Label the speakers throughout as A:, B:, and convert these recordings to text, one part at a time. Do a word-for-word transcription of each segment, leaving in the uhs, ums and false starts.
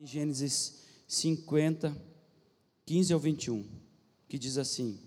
A: Gênesis cinquenta, quinze ao vinte e um, que diz assim: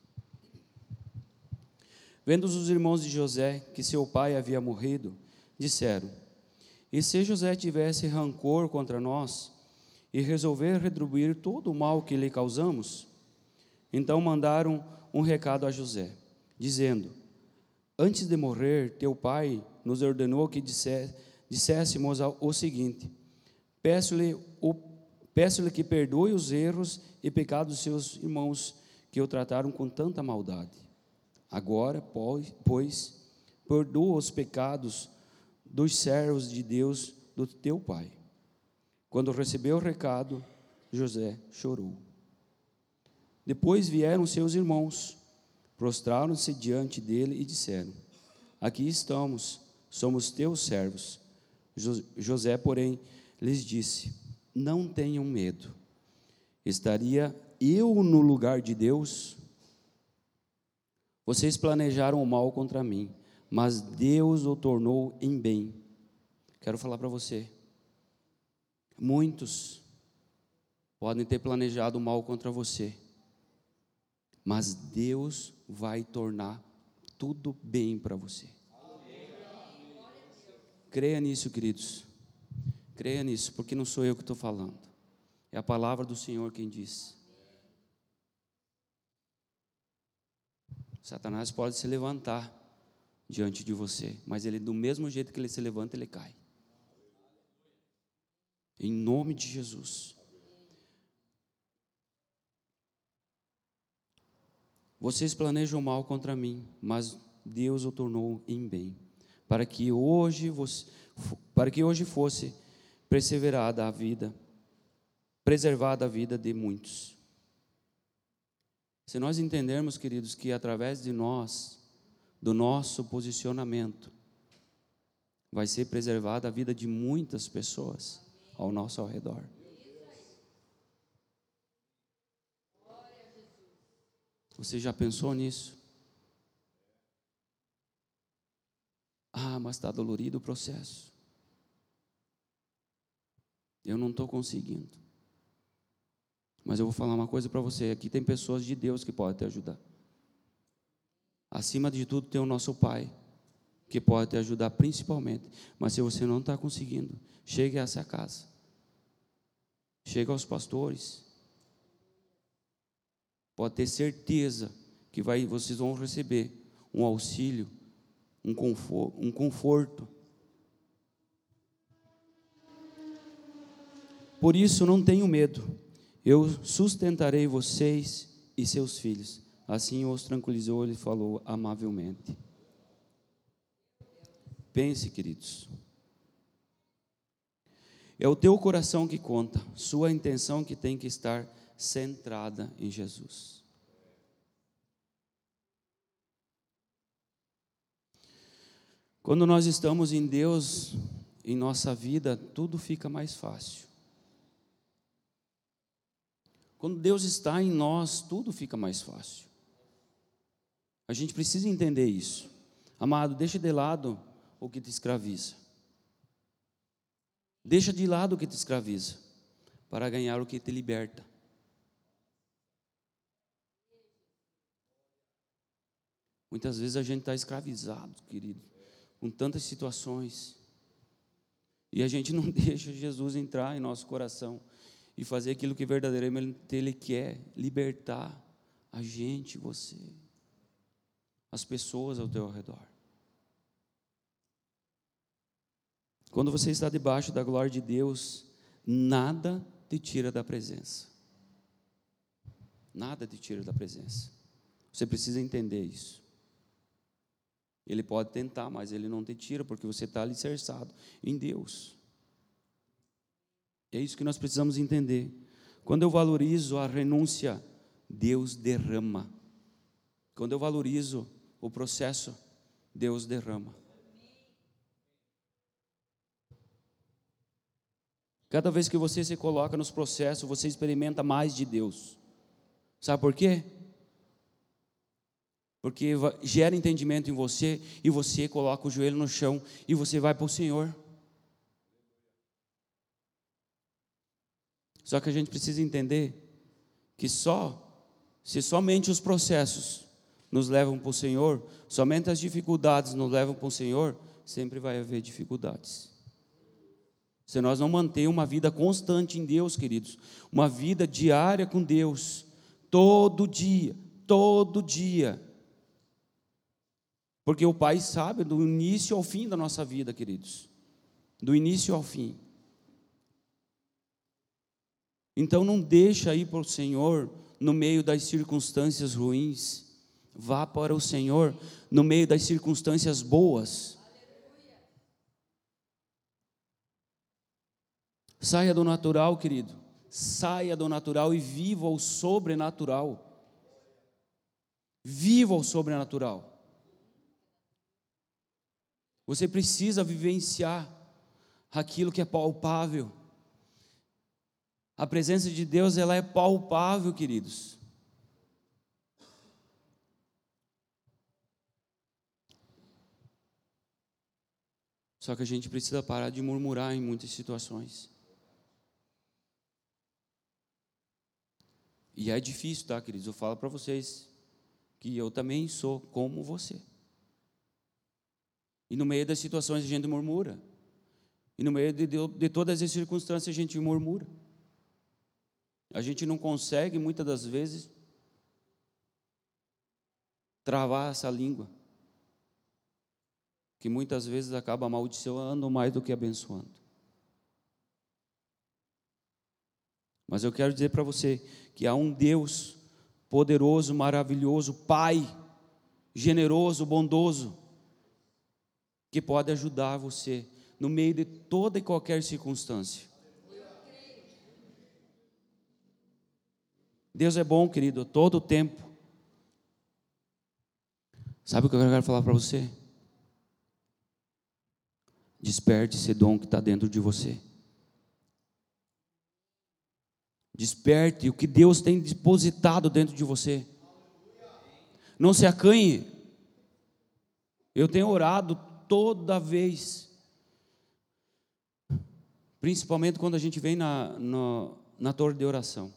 A: Vendo os irmãos de José que seu pai havia morrido, disseram: E se José tivesse rancor contra nós e resolver retribuir todo o mal que lhe causamos? Então mandaram um recado a José, dizendo: Antes de morrer, teu pai nos ordenou que disse, disséssemos o seguinte: Peço-lhe o, peço-lhe que perdoe os erros e pecados dos seus irmãos, que o trataram com tanta maldade. Agora, pois, perdoa os pecados dos servos de Deus do teu pai. Quando recebeu o recado, José chorou. Depois vieram seus irmãos, prostraram-se diante dele e disseram: Aqui estamos, somos teus servos. José, porém, lhes disse: Não tenham medo. Estaria eu no lugar de Deus? Vocês planejaram o mal contra mim, mas Deus o tornou em bem. Quero falar para você, muitos podem ter planejado o mal contra você, mas Deus vai tornar tudo bem para você. Creia nisso, queridos. Creia nisso, porque não sou eu que estou falando. É a palavra do Senhor quem diz. Satanás pode se levantar diante de você, mas ele, do mesmo jeito que ele se levanta, ele cai. Em nome de Jesus. Vocês planejam mal contra mim, mas Deus o tornou em bem, para que hoje, para que hoje fosse perseverada a vida, preservada a vida de muitos. Se nós entendermos, queridos, que através de nós, do nosso posicionamento, vai ser preservada a vida de muitas pessoas ao nosso ao redor. Você já pensou nisso? Ah, mas está dolorido o processo. Eu não estou conseguindo. Mas eu vou falar uma coisa para você. Aqui tem pessoas de Deus que podem te ajudar. Acima de tudo tem o nosso Pai, que pode te ajudar principalmente. Mas se você não está conseguindo, chegue a essa casa. Chegue aos pastores. Pode ter certeza que vai, vocês vão receber um auxílio, um conforto, um conforto. Por isso não tenho medo. Eu sustentarei vocês e seus filhos. Assim os tranquilizou, ele falou amavelmente. Pense, queridos. É o teu coração que conta, sua intenção que tem que estar centrada em Jesus. Quando nós estamos em Deus, em nossa vida, tudo fica mais fácil. Quando Deus está em nós, tudo fica mais fácil. A gente precisa entender isso. Amado, deixa de lado o que te escraviza. Deixa de lado o que te escraviza, para ganhar o que te liberta. Muitas vezes a gente está escravizado, querido, com tantas situações, e a gente não deixa Jesus entrar em nosso coração e fazer aquilo que verdadeiramente Ele quer, libertar a gente, você, as pessoas ao teu redor. Quando você está debaixo da glória de Deus, nada te tira da presença. Nada te tira da presença. Você precisa entender isso. Ele pode tentar, mas Ele não te tira, porque você está alicerçado em Deus. É isso que nós precisamos entender. Quando eu valorizo a renúncia, Deus derrama. Quando eu valorizo o processo, Deus derrama. Cada vez que você se coloca nos processos, você experimenta mais de Deus. Sabe por quê? Porque gera entendimento em você, e você coloca o joelho no chão, e você vai para o Senhor. Só que a gente precisa entender que só, se somente os processos nos levam para o Senhor, somente as dificuldades nos levam para o Senhor, sempre vai haver dificuldades. Se nós não mantermos uma vida constante em Deus, queridos, uma vida diária com Deus, todo dia, todo dia, porque o Pai sabe do início ao fim da nossa vida, queridos, do início ao fim. Então não deixa ir para o Senhor no meio das circunstâncias ruins, vá para o Senhor no meio das circunstâncias boas. Saia do natural, querido, saia do natural e viva o sobrenatural. Viva o sobrenatural. Você precisa vivenciar aquilo que é palpável. A presença de Deus, ela é palpável, queridos. Só que a gente precisa parar de murmurar em muitas situações. E é difícil, tá, queridos? Eu falo para vocês que eu também sou como você. E no meio das situações a gente murmura. E no meio de, de, de todas as circunstâncias a gente murmura. A gente não consegue, muitas das vezes, travar essa língua, que muitas vezes acaba amaldiçoando mais do que abençoando. Mas eu quero dizer para você que há um Deus poderoso, maravilhoso, Pai, generoso, bondoso, que pode ajudar você no meio de toda e qualquer circunstância. Deus é bom, querido, todo o tempo. Sabe o que eu quero falar para você? Desperte esse dom que está dentro de você. Desperte o que Deus tem depositado dentro de você. Não se acanhe. Eu tenho orado toda vez, principalmente quando a gente vem na, na, na torre de oração.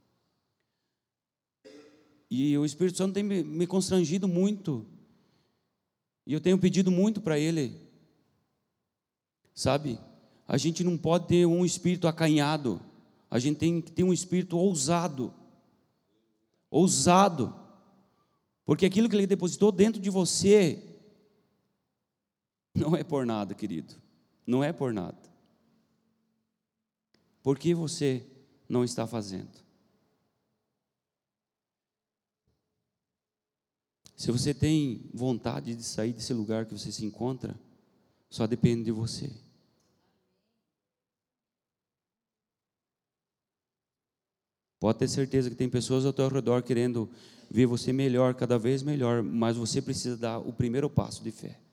A: E o Espírito Santo tem me, me constrangido muito. E eu tenho pedido muito para Ele. Sabe? A gente não pode ter um espírito acanhado. A gente tem que ter um espírito ousado. Ousado. Porque aquilo que Ele depositou dentro de você não é por nada, querido. Não é por nada. Por que você não está fazendo? Se você tem vontade de sair desse lugar que você se encontra, só depende de você. Pode ter certeza que tem pessoas ao teu redor querendo ver você melhor, cada vez melhor, mas você precisa dar o primeiro passo de fé.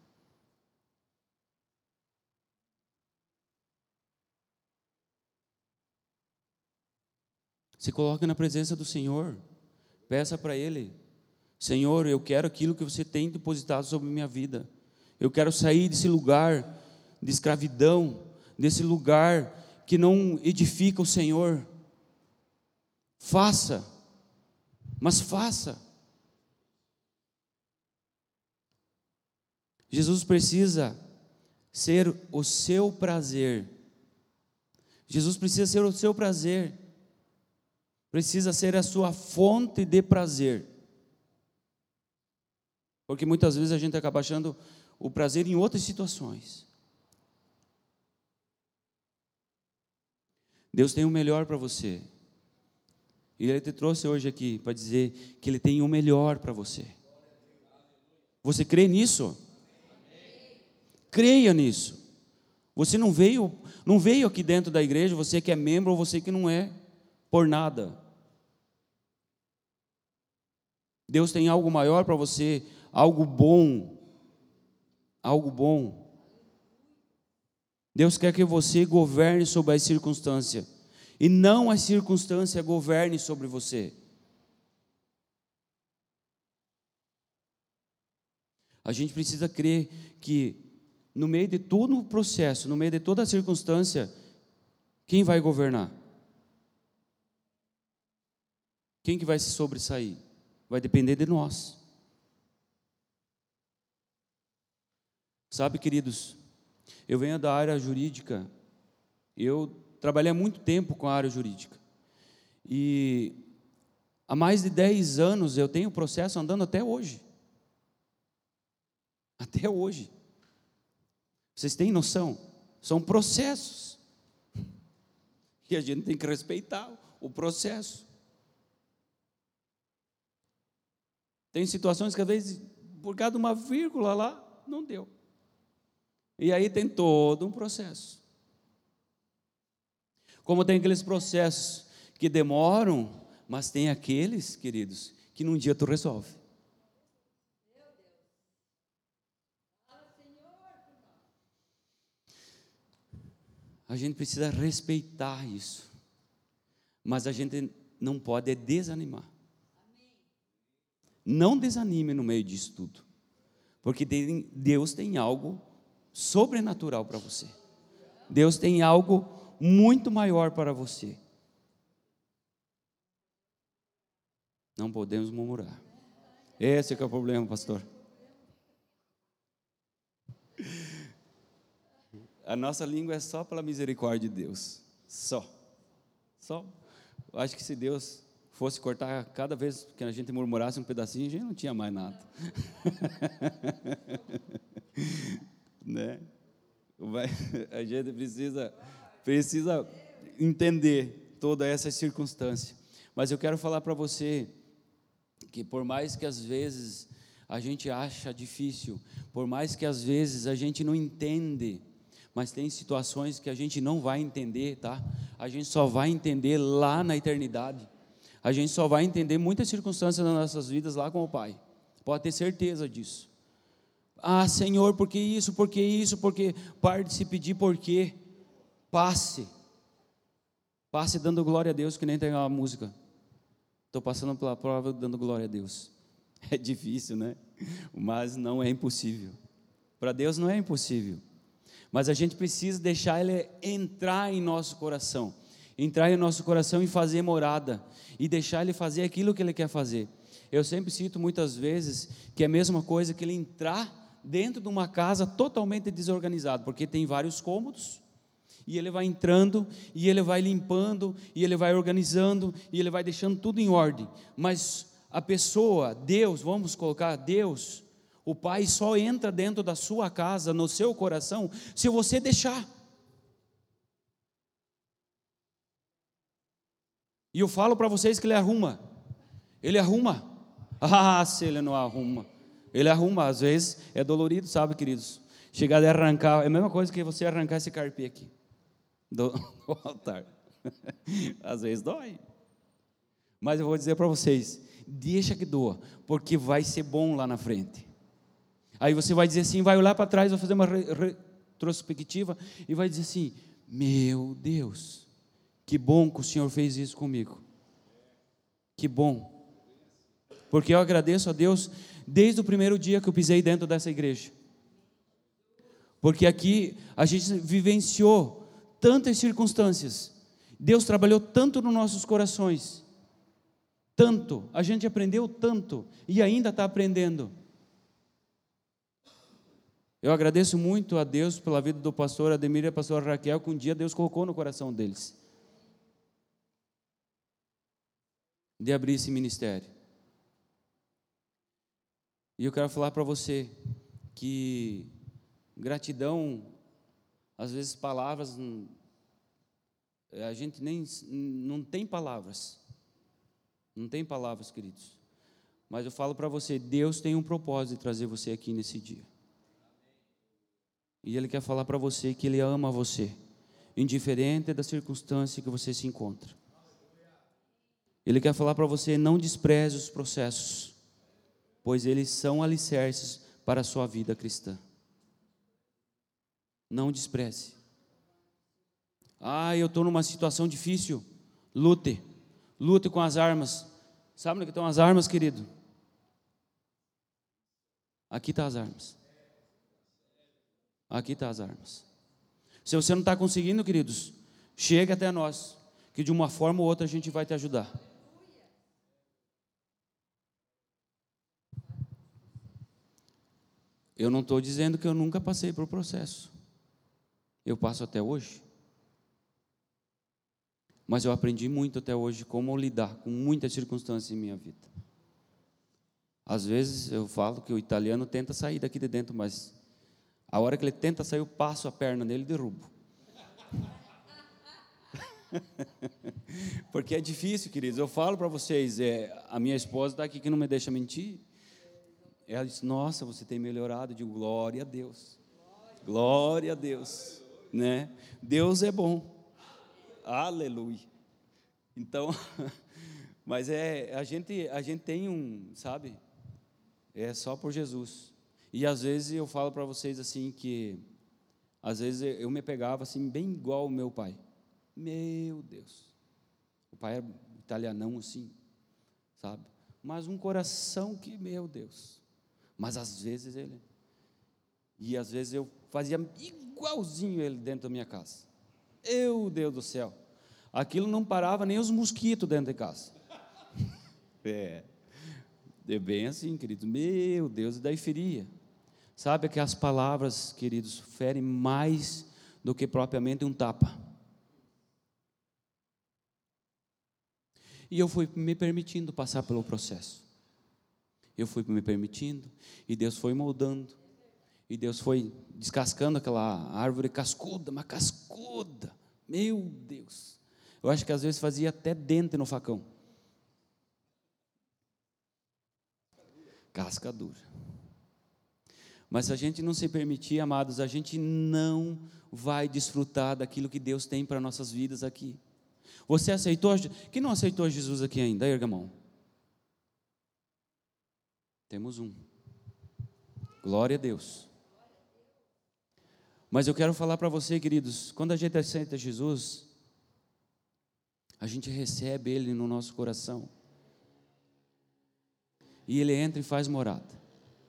A: Se coloque na presença do Senhor, peça para Ele: Senhor, eu quero aquilo que você tem depositado sobre minha vida. Eu quero sair desse lugar de escravidão, desse lugar que não edifica o Senhor. Faça, mas faça. Jesus precisa ser o seu prazer. Jesus precisa ser o seu prazer. Precisa ser a sua fonte de prazer. Porque muitas vezes a gente acaba achando o prazer em outras situações. Deus tem o melhor para você. E Ele te trouxe hoje aqui para dizer que Ele tem o melhor para você. Você crê nisso? Creia nisso. Você não veio, não veio aqui dentro da igreja, você que é membro ou você que não é, por nada. Deus tem algo maior para você, algo bom, algo bom. Deus quer que você governe sobre as circunstâncias, e não a circunstância governe sobre você. A gente precisa crer que no meio de todo o processo, no meio de toda a circunstância, quem vai governar? Quem que vai se sobressair? Vai depender de nós. Sabe, queridos, eu venho da área jurídica, eu trabalhei há muito tempo com a área jurídica, e há mais de dez anos eu tenho o processo andando até hoje, até hoje, vocês têm noção? São processos, e a gente tem que respeitar o processo. Tem situações que às vezes, por causa de uma vírgula lá, não deu. E aí tem todo um processo. Como tem aqueles processos que demoram, mas tem aqueles, queridos, que num dia tu resolve. A gente precisa respeitar isso. Mas a gente não pode desanimar. Não desanime no meio disso tudo. Porque Deus tem algo sobrenatural para você. Deus tem algo muito maior para você. Não podemos murmurar. Esse é que é o problema, pastor. A nossa língua é só pela misericórdia de Deus. Só. Só. Eu acho que se Deus fosse cortar cada vez que a gente murmurasse um pedacinho, a gente não tinha mais nada. Né? A gente precisa, precisa entender toda essa circunstância. Mas eu quero falar para você que por mais que às vezes a gente acha difícil, por mais que às vezes a gente não entende, mas tem situações que a gente não vai entender, tá? A gente só vai entender lá na eternidade. A gente só vai entender muitas circunstâncias das nossas vidas lá com o Pai. Pode ter certeza disso. Ah, Senhor, por que isso, por que isso, porque pare de se pedir por quê. Passe. Passe dando glória a Deus, que nem tem uma música. Estou passando pela prova dando glória a Deus. É difícil, né? Mas não é impossível. Para Deus não é impossível. Mas a gente precisa deixar Ele entrar em nosso coração. Entrar em nosso coração e fazer morada. E deixar Ele fazer aquilo que Ele quer fazer. Eu sempre cito muitas vezes que é a mesma coisa que Ele entrar dentro de uma casa totalmente desorganizada. Porque tem vários cômodos. E Ele vai entrando, e Ele vai limpando, e Ele vai organizando, e Ele vai deixando tudo em ordem. Mas a pessoa, Deus, vamos colocar Deus, o Pai só entra dentro da sua casa, no seu coração, se você deixar. E eu falo para vocês que Ele arruma. Ele arruma. Ah, se Ele não arruma. Ele arruma, às vezes é dolorido, sabe, queridos? Chegar a arrancar, é a mesma coisa que você arrancar esse carpê aqui. Do, do altar. Às vezes dói. Mas eu vou dizer para vocês, deixa que doa, porque vai ser bom lá na frente. Aí você vai dizer assim, vai olhar para trás, vai fazer uma retrospectiva e vai dizer assim, meu Deus, que bom que o Senhor fez isso comigo. Que bom. Porque eu agradeço a Deus desde o primeiro dia que eu pisei dentro dessa igreja. Porque aqui a gente vivenciou tantas circunstâncias, Deus trabalhou tanto nos nossos corações, tanto, a gente aprendeu tanto, e ainda está aprendendo. Eu agradeço muito a Deus pela vida do pastor Ademir e a pastora Raquel, que um dia Deus colocou no coração deles, de abrir esse ministério. E eu quero falar para você, que gratidão, às vezes palavras, a gente nem, não tem palavras, não tem palavras, queridos, mas eu falo para você, Deus tem um propósito de trazer você aqui nesse dia, e Ele quer falar para você que Ele ama você, indiferente da circunstância que você se encontra. Ele quer falar para você, não despreze os processos, pois eles são alicerces para a sua vida cristã. Não despreze. Ah, eu estou numa situação difícil. Lute. Lute com as armas. Sabe onde estão as armas, querido? Aqui estão as armas. Aqui estão as armas. Se você não está conseguindo, queridos, chega até nós, que de uma forma ou outra a gente vai te ajudar. Eu não estou dizendo que eu nunca passei por processo. Eu passo até hoje. Mas eu aprendi muito até hoje como lidar com muitas circunstâncias em minha vida. Às vezes eu falo que o italiano tenta sair daqui de dentro, mas a hora que ele tenta sair, eu passo a perna nele e derrubo. Porque é difícil, queridos. Eu falo para vocês, é, a minha esposa está aqui que não me deixa mentir. Ela disse, nossa, você tem melhorado. Eu digo, glória a Deus. Glória a Deus. Né? Deus é bom. Aleluia. Então, mas é, a gente, a gente tem um, sabe, é só por Jesus. E às vezes eu falo para vocês assim que, às vezes eu me pegava assim, bem igual o meu pai. Meu Deus. O pai era italianão assim, sabe? Mas um coração que, meu Deus. Mas às vezes ele, e às vezes eu fazia igualzinho ele dentro da minha casa. Meu Deus do céu, aquilo não parava nem os mosquitos dentro de casa. É, é bem assim, queridos. Meu Deus, e daí feria. Sabe que as palavras, queridos, ferem mais do que propriamente um tapa. E eu fui me permitindo passar pelo processo. Eu fui me permitindo, e Deus foi moldando. E Deus foi descascando aquela árvore cascuda, mas cascuda. Meu Deus. Eu acho que às vezes fazia até dente no facão. Casca dura. Mas se a gente não se permitir, amados, a gente não vai desfrutar daquilo que Deus tem para nossas vidas aqui. Você aceitou? Quem não aceitou Jesus aqui ainda? Erga a mão. Temos um. Glória a Deus. Mas eu quero falar para você, queridos, quando a gente aceita Jesus, a gente recebe Ele no nosso coração. E Ele entra e faz morada.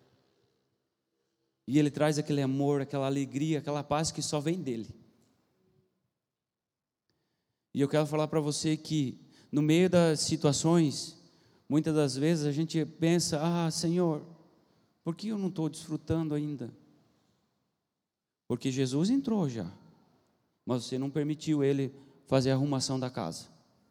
A: E Ele traz aquele amor, aquela alegria, aquela paz que só vem dEle. E eu quero falar para você que, no meio das situações, muitas das vezes a gente pensa, ah, Senhor, por que eu não estou desfrutando ainda? Porque Jesus entrou já, mas você não permitiu Ele fazer a arrumação da casa.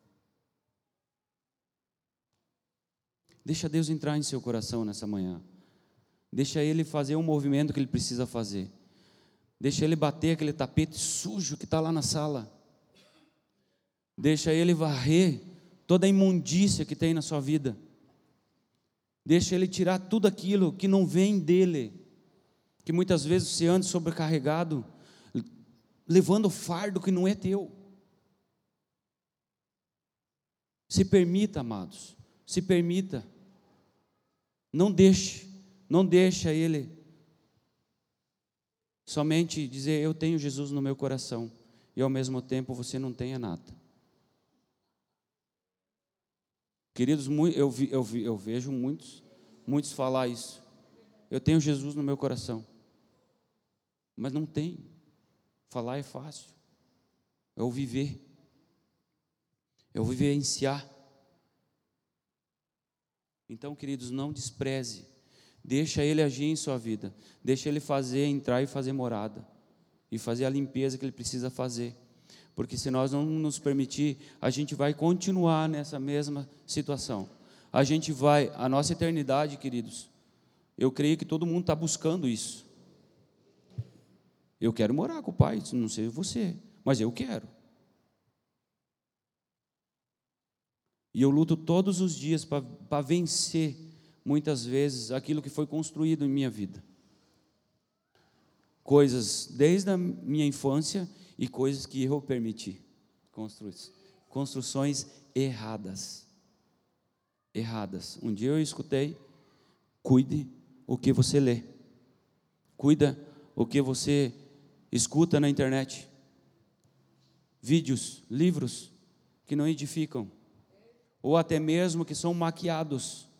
A: Deixa Deus entrar em seu coração nessa manhã. Deixa Ele fazer o movimento que Ele precisa fazer. Deixa Ele bater aquele tapete sujo que está lá na sala. Deixa Ele varrer toda a imundícia que tem na sua vida. Deixa Ele tirar tudo aquilo que não vem dEle. Que muitas vezes você anda sobrecarregado, levando o fardo que não é teu. Se permita, amados, se permita. Não deixe, não deixa Ele somente dizer, eu tenho Jesus no meu coração, e ao mesmo tempo você não tenha nada. Queridos, eu, vi, eu, vi, eu vejo muitos, muitos falar isso. Eu tenho Jesus no meu coração. Mas não tem. Falar é fácil. É o viver. É o vivenciar. Então, queridos, não despreze. Deixa Ele agir em sua vida. Deixa Ele fazer, entrar e fazer morada. E fazer a limpeza que Ele precisa fazer. Porque se nós não nos permitir, a gente vai continuar nessa mesma situação. A gente vai, a nossa eternidade, queridos, eu creio que todo mundo está buscando isso. Eu quero morar com o Pai, não sei você, mas eu quero. E eu luto todos os dias para vencer, muitas vezes, aquilo que foi construído em minha vida. Coisas desde a minha infância e coisas que eu permiti construir. Construções erradas. Erradas. Um dia eu escutei, cuide o que você lê. Cuida o que você escuta na internet. Vídeos, livros que não edificam. Ou até mesmo que são maquiados.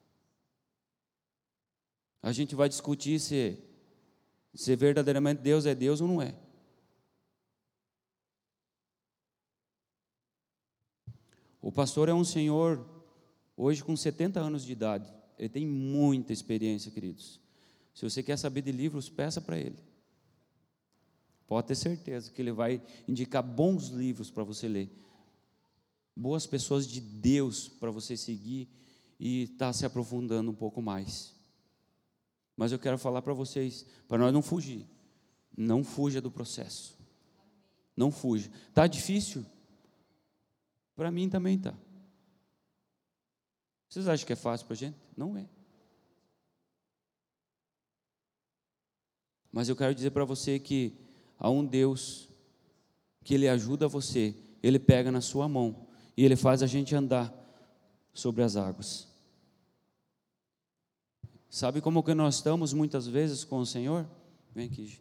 A: A gente vai discutir se, se verdadeiramente Deus é Deus ou não é. O pastor é um senhor, hoje com setenta anos de idade. Ele tem muita experiência, queridos. Se você quer saber de livros, peça para ele. Pode ter certeza que ele vai indicar bons livros para você ler. Boas pessoas de Deus para você seguir e estar tá se aprofundando um pouco mais. Mas eu quero falar para vocês, para nós não fugir. Não fuja do processo. Não fuja. Está difícil? Para mim também está. Vocês acham que é fácil para a gente? Não é. Mas eu quero dizer para você que há um Deus que Ele ajuda você, Ele pega na sua mão e Ele faz a gente andar sobre as águas. Sabe como que nós estamos muitas vezes com o Senhor? Vem aqui.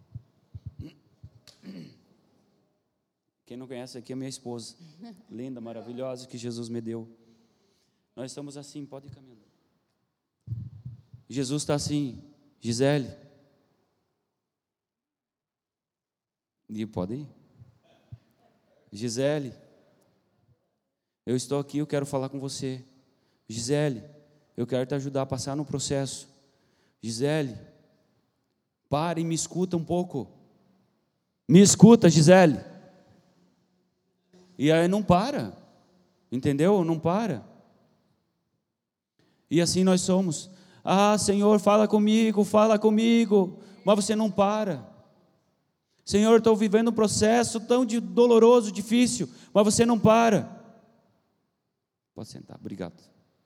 A: Quem não conhece aqui é minha esposa, linda, maravilhosa, que Jesus me deu. Nós estamos assim, pode ir caminhando. Jesus está assim, Gisele. E pode ir. Gisele, eu estou aqui, eu quero falar com você. Gisele, eu quero te ajudar a passar no processo. Gisele, pare e me escuta um pouco. Me escuta, Gisele. E aí não para, entendeu? Não para. E assim nós somos. Ah, Senhor, fala comigo, fala comigo. Mas você não para. Senhor, estou vivendo um processo tão doloroso, difícil, mas você não para. Pode sentar, obrigado.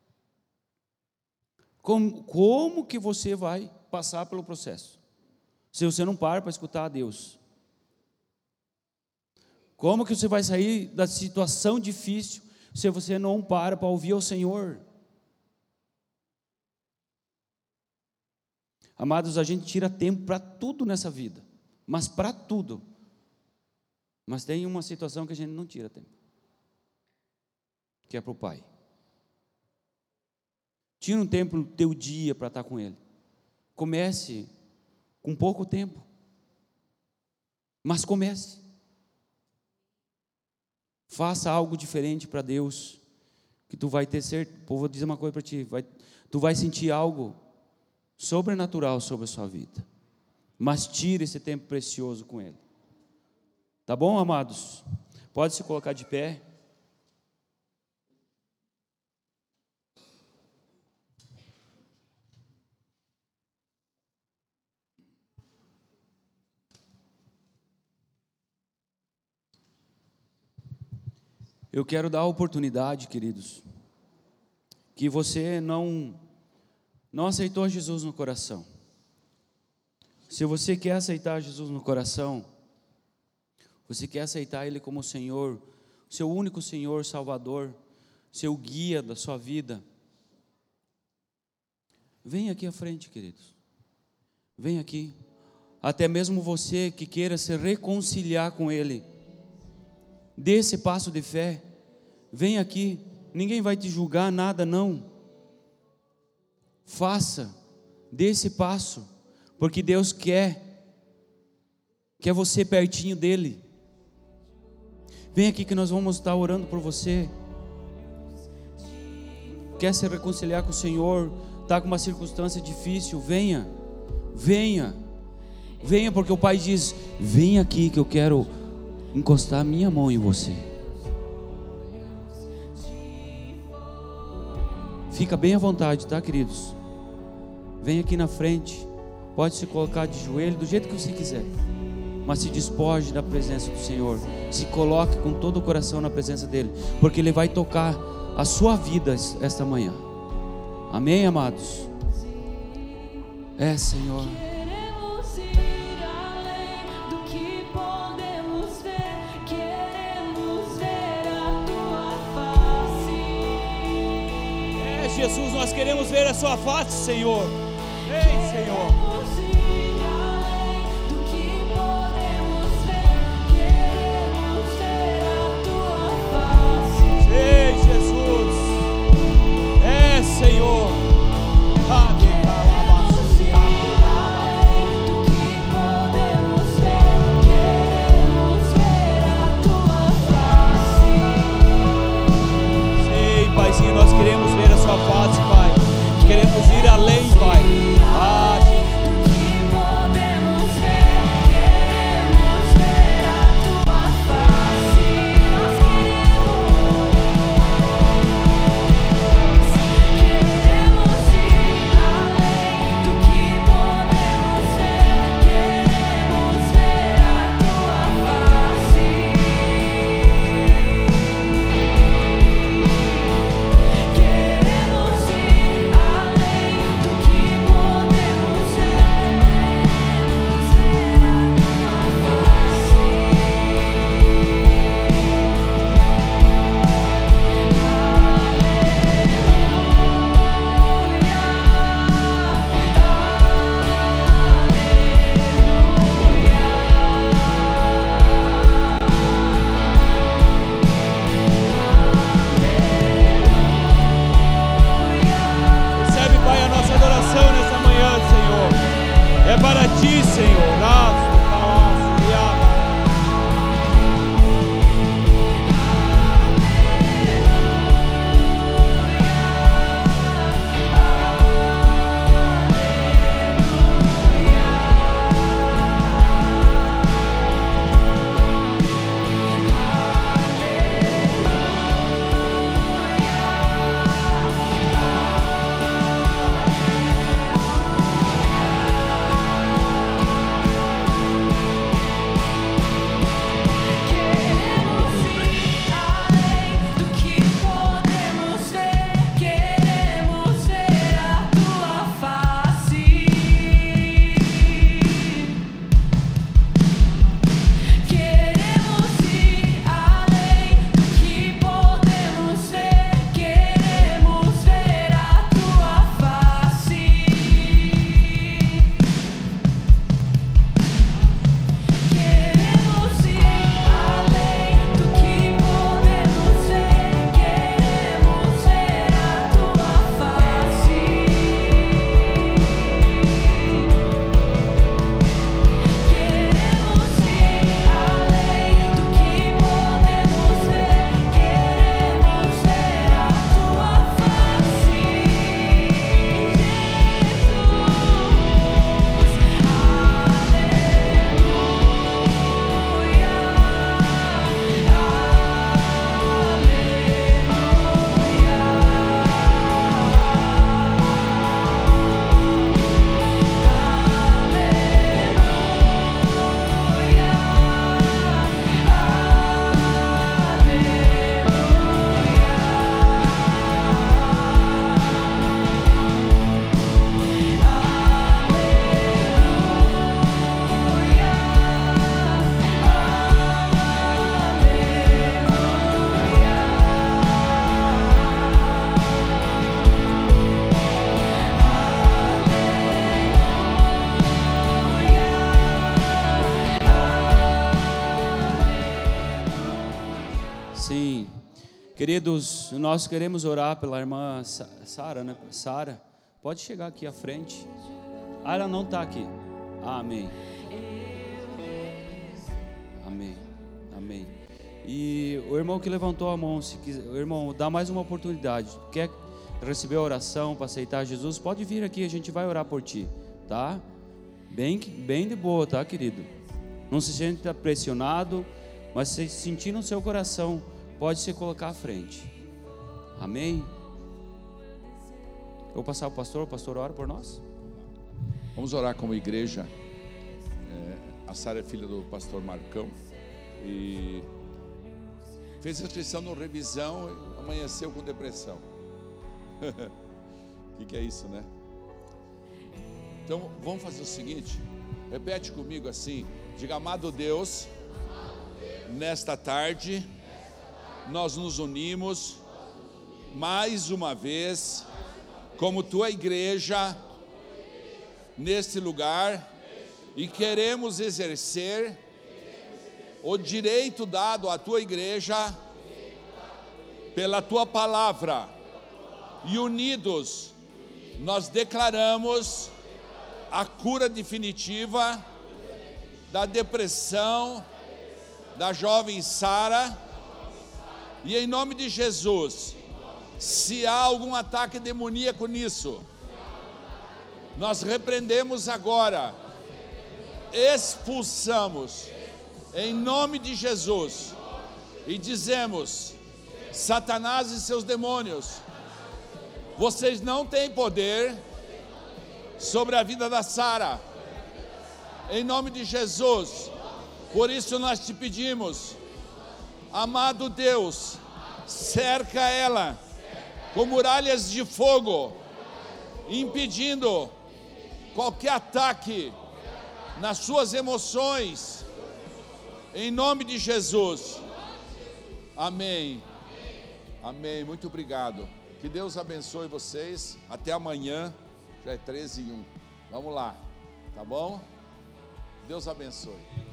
A: Como, como que você vai passar pelo processo? Se você não para para escutar a Deus. Como que você vai sair da situação difícil se você não para para ouvir ao Senhor? Amados, a gente tira tempo para tudo nessa vida. Mas para tudo. Mas tem uma situação que a gente não tira tempo. Que é para o Pai. Tira um tempo no teu dia para estar com Ele. Comece com pouco tempo. Mas comece. Faça algo diferente para Deus. Que tu vai ter certeza. Vou dizer uma coisa para ti. Vai, tu vai sentir algo sobrenatural sobre a sua vida. Mas tire esse tempo precioso com Ele. Tá bom, amados? Pode se colocar de pé. Eu quero dar a oportunidade, queridos, que você não, não aceitou Jesus no coração. Se você quer aceitar Jesus no coração, você quer aceitar Ele como Senhor, seu único Senhor, Salvador, seu guia da sua vida, vem aqui à frente, queridos. Vem aqui. Até mesmo você que queira se reconciliar com Ele, dê esse passo de fé. Vem aqui. Ninguém vai te julgar, nada não. Faça, dê esse passo. Porque Deus quer, quer você pertinho dEle. Vem aqui que nós vamos estar orando por você. Quer se reconciliar com o Senhor, está com uma circunstância difícil, venha, venha, venha, porque o Pai diz, vem aqui que eu quero encostar a minha mão em você. Fica bem à vontade, tá, queridos? Vem aqui na frente. Pode se colocar de joelho, do jeito que você quiser. Mas se despoje da presença do Senhor. Se coloque com todo o coração na presença dEle. Porque Ele vai tocar a sua vida esta manhã. Amém, amados? É, Senhor.
B: Queremos ir além do que podemos ver. Queremos ver a Tua face.
A: É, Jesus, nós queremos ver a Sua face, Senhor. Ei, Senhor. Senhor, Sim, Paizinho, nós queremos ver a Sua face, Pai. Queremos ir além, Pai. Ah, Queridos, nós queremos orar pela irmã Sara, né? Sara, pode chegar aqui à frente. Ah, ela não está aqui. Ah, amém. Amém. Amém. E o irmão que levantou a mão, se quiser, o irmão, dá mais uma oportunidade. Quer receber a oração para aceitar Jesus? Pode vir aqui, a gente vai orar por ti, tá? Bem, bem de boa, tá, querido? Não se sente pressionado, mas se sentir no seu coração, pode se colocar à frente. Amém? Eu vou passar o pastor, o pastor ora por nós.
C: Vamos orar como igreja. É, a Sara é filha do pastor Marcão e fez inscrição no revisão e amanheceu com depressão. O que, que é isso, né? Então vamos fazer o seguinte, repete comigo assim, diga: amado Deus, nesta tarde nós nos unimos mais uma vez como tua igreja neste lugar e queremos exercer o direito dado à tua igreja pela tua palavra, e unidos nós declaramos a cura definitiva da depressão da jovem Sara. E em nome de Jesus, se há algum ataque demoníaco nisso, nós repreendemos agora, expulsamos em nome de Jesus e dizemos: Satanás e seus demônios, vocês não têm poder sobre a vida da Sara, em nome de Jesus. Por isso nós te pedimos, amado Deus, cerca ela com muralhas de fogo, impedindo qualquer ataque nas suas emoções, em nome de Jesus. Amém. Amém. Muito obrigado. Que Deus abençoe vocês. Até amanhã. Já é treze e um. Vamos lá. Tá bom? Deus abençoe.